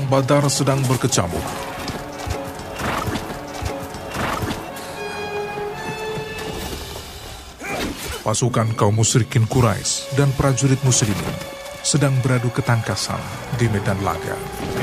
Perang Badar sedang berkecamuk. Pasukan kaum musyrikin Quraisy dan prajurit muslimin sedang beradu ketangkasan di medan laga.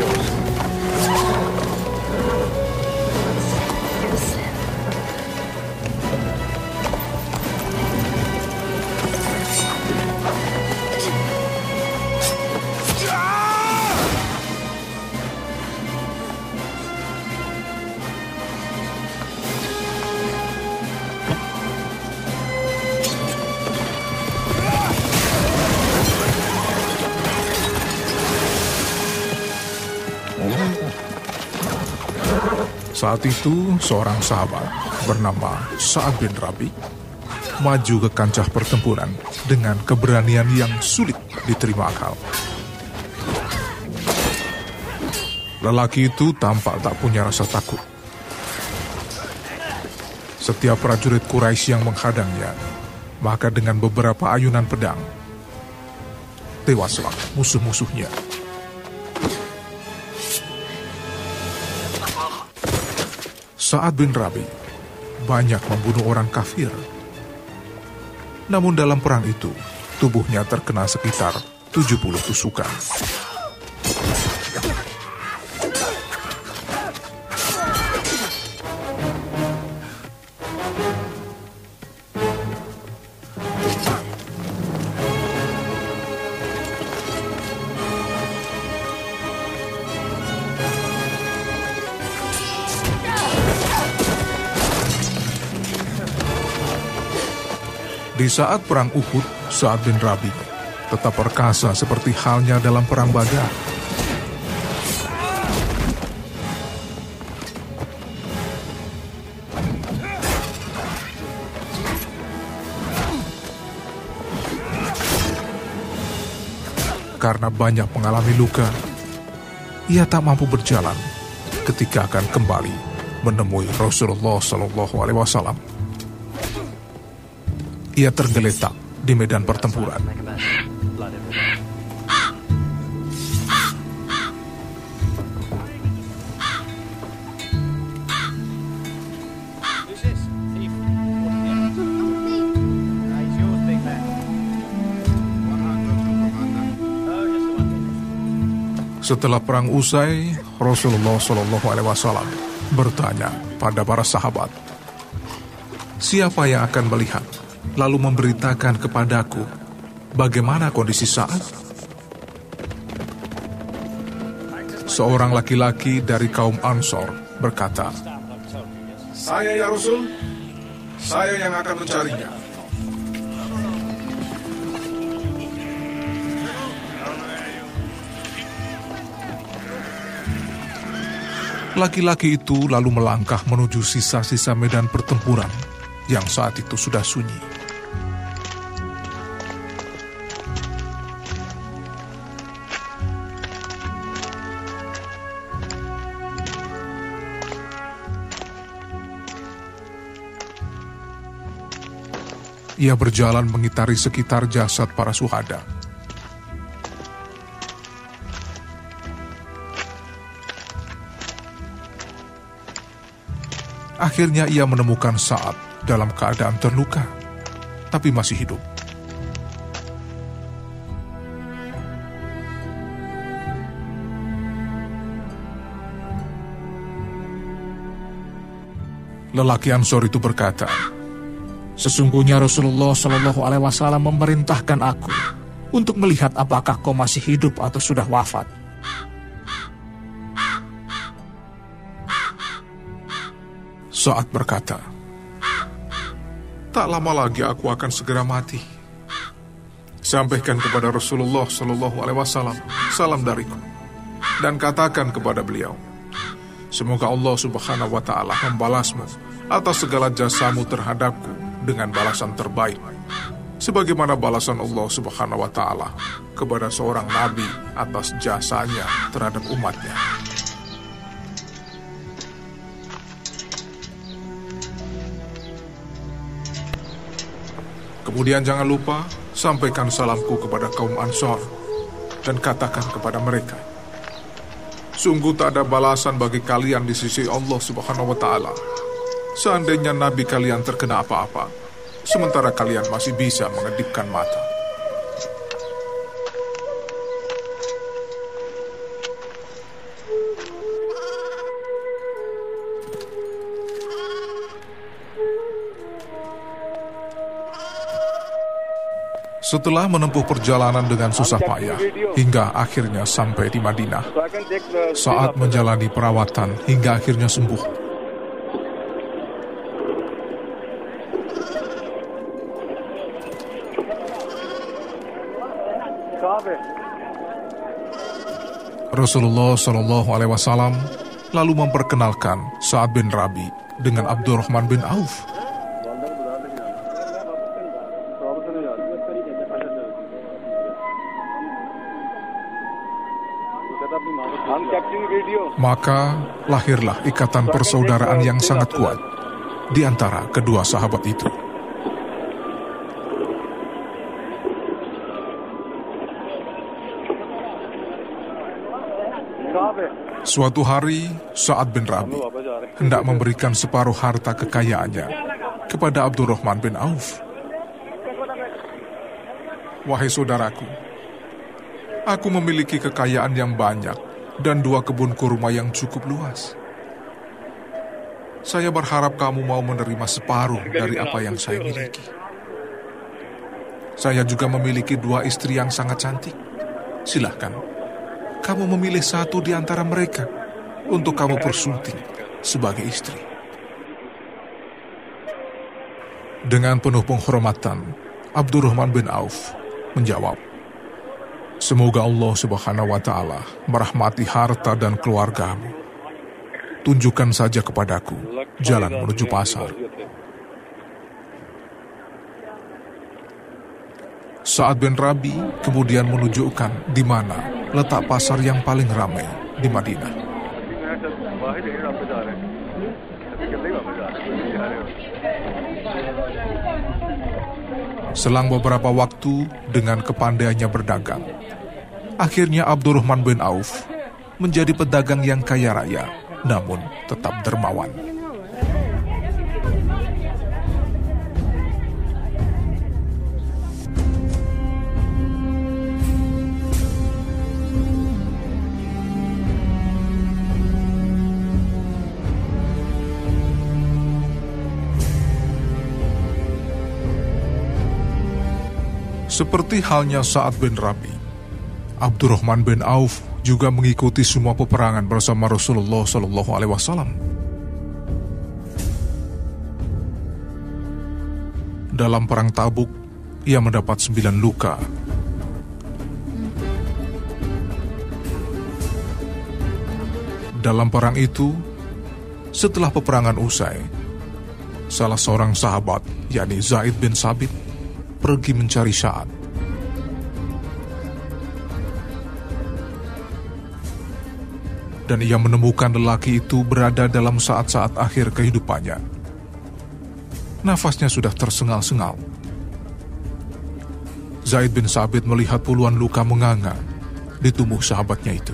Saat itu, seorang sahabat bernama Sa'ad bin Rabi maju ke kancah pertempuran dengan keberanian yang sulit diterima akal. Lelaki itu tampak tak punya rasa takut. Setiap prajurit Quraisy yang menghadangnya, maka dengan beberapa ayunan pedang, tewaslah musuh-musuhnya. Sa'ad bin Rabi banyak membunuh orang kafir. Namun dalam perang itu, tubuhnya terkena sekitar 70 tusukan. Di saat perang Uhud, Sa'ad bin Rabi tetap perkasa seperti halnya dalam perang Badar. Karena banyak mengalami luka, ia tak mampu berjalan ketika akan kembali menemui Rasulullah SAW. Ia tergeletak di medan pertempuran. Setelah perang usai, Rasulullah SAW bertanya pada para sahabat, "Siapa yang akan melihat lalu memberitakan kepadaku bagaimana kondisi Sa'ad?" Seorang laki-laki dari kaum Ansor berkata, "Saya ya Rasul, saya yang akan mencarinya." Laki-laki itu lalu melangkah menuju sisa-sisa medan pertempuran yang saat itu sudah sunyi. Ia berjalan mengitari sekitar jasad para syuhada. Akhirnya ia menemukan Sa'ad dalam keadaan terluka, tapi masih hidup. Lelaki Ansor itu berkata, "Sesungguhnya Rasulullah SAW memerintahkan aku untuk melihat apakah kau masih hidup atau sudah wafat." Sa'ad berkata, "Tak lama lagi aku akan segera mati. Sampaikan kepada Rasulullah SAW salam dariku, dan katakan kepada beliau, semoga Allah Subhanahu wa Ta'ala membalasmu atas segala jasamu terhadapku dengan balasan terbaik, sebagaimana balasan Allah Subhanahu wa Ta'ala kepada seorang nabi atas jasanya terhadap umatnya." Kemudian jangan lupa sampaikan salamku kepada kaum Ansor dan katakan kepada mereka, Sungguh tak ada balasan bagi kalian di sisi Allah Subhanahu wa Ta'ala. Seandainya nabi kalian terkena apa-apa, sementara kalian masih bisa mengedipkan mata. Setelah menempuh perjalanan dengan susah payah, hingga akhirnya sampai di Madinah. Saat menjalani perawatan hingga akhirnya sembuh. Rasulullah SAW lalu memperkenalkan Sa'ad bin Rabi dengan Abdurrahman bin Auf. Maka lahirlah ikatan persaudaraan yang sangat kuat di antara kedua sahabat itu. Suatu hari, Sa'ad bin Rabi hendak memberikan separuh harta kekayaannya kepada Abdurrahman bin Auf. Wahai saudaraku, aku memiliki kekayaan yang banyak dan 2 kebun kurma yang cukup luas. Saya berharap kamu mau menerima separuh dari apa yang saya miliki. Saya juga memiliki 2 istri yang sangat cantik. Silahkan, kamu memilih satu di antara mereka untuk kamu persunting sebagai istri. Dengan penuh penghormatan, Abdurrahman bin Auf menjawab, "Semoga Allah Subhanahu wa Ta'ala merahmati harta dan keluargamu. Tunjukkan saja kepadaku jalan menuju pasar." Sa'ad bin Rabi kemudian menunjukkan di mana letak pasar yang paling ramai di Madinah. Selang beberapa waktu dengan kepandaiannya berdagang, akhirnya Abdurrahman bin Auf menjadi pedagang yang kaya raya, namun tetap dermawan. Seperti halnya Sa'ad bin Rabi, Abdurrahman bin Auf juga mengikuti semua peperangan bersama Rasulullah SAW. Dalam perang Tabuk, ia mendapat 9 luka. Dalam perang itu, setelah peperangan usai, salah seorang sahabat, yakni Zaid bin Sabit, pergi mencari Sa'ad. Dan ia menemukan lelaki itu berada dalam saat-saat akhir kehidupannya. Nafasnya sudah tersengal-sengal. Zaid bin Sabit melihat puluhan luka menganga di tubuh sahabatnya itu.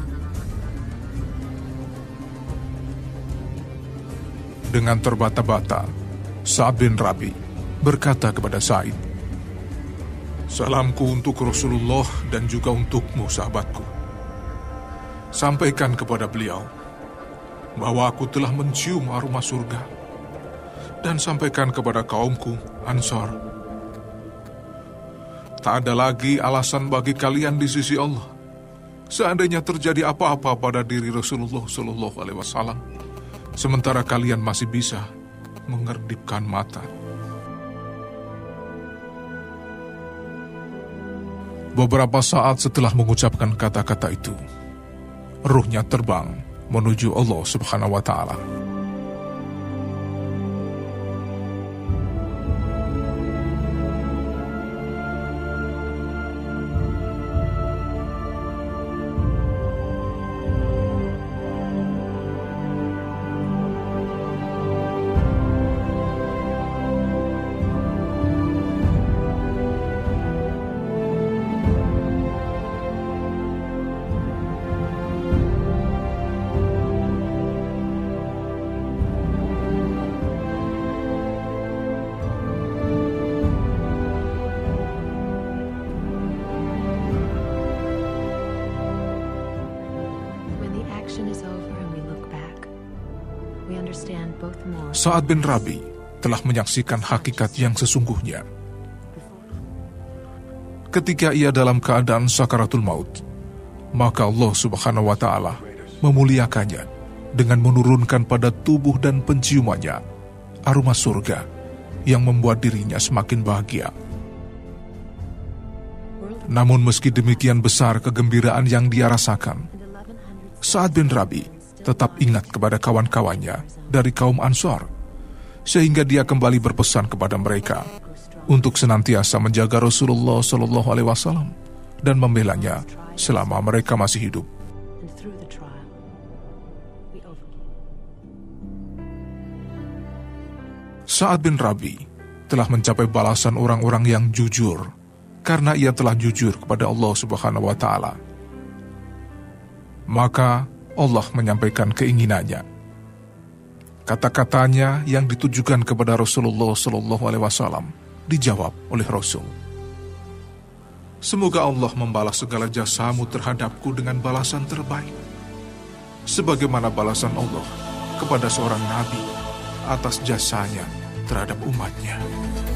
Dengan terbata-bata, Sa'ad bin Rabi berkata kepada Zaid, "Salamku untuk Rasulullah dan juga untukmu, sahabatku. Sampaikan kepada beliau bahwa aku telah mencium aroma surga, dan sampaikan kepada kaumku Ansar, tak ada lagi alasan bagi kalian di sisi Allah. Seandainya terjadi apa-apa pada diri Rasulullah SAW, sementara kalian masih bisa mengerdipkan mata." Beberapa saat setelah mengucapkan kata-kata itu, ruhnya terbang menuju Allah Subhanahu wa Ta'ala. Sa'ad bin Rabi telah menyaksikan hakikat yang sesungguhnya. Ketika ia dalam keadaan sakaratul maut, maka Allah Subhanahu wa Ta'ala memuliakannya dengan menurunkan pada tubuh dan penciumannya aroma surga yang membuat dirinya semakin bahagia. Namun meski demikian besar kegembiraan yang dia rasakan, Sa'ad bin Rabi tetap ingat kepada kawan-kawannya dari kaum Ansor, sehingga dia kembali berpesan kepada mereka untuk senantiasa menjaga Rasulullah SAW dan membelanya selama mereka masih hidup. Sa'ad bin Rabi telah mencapai balasan orang-orang yang jujur karena ia telah jujur kepada Allah Subhanahu wa Ta'ala. Maka Allah menyampaikan keinginannya. Kata-katanya yang ditujukan kepada Rasulullah SAW dijawab oleh Rasul. Semoga Allah membalas segala jasamu terhadapku dengan balasan terbaik, sebagaimana balasan Allah kepada seorang nabi atas jasanya terhadap umatnya.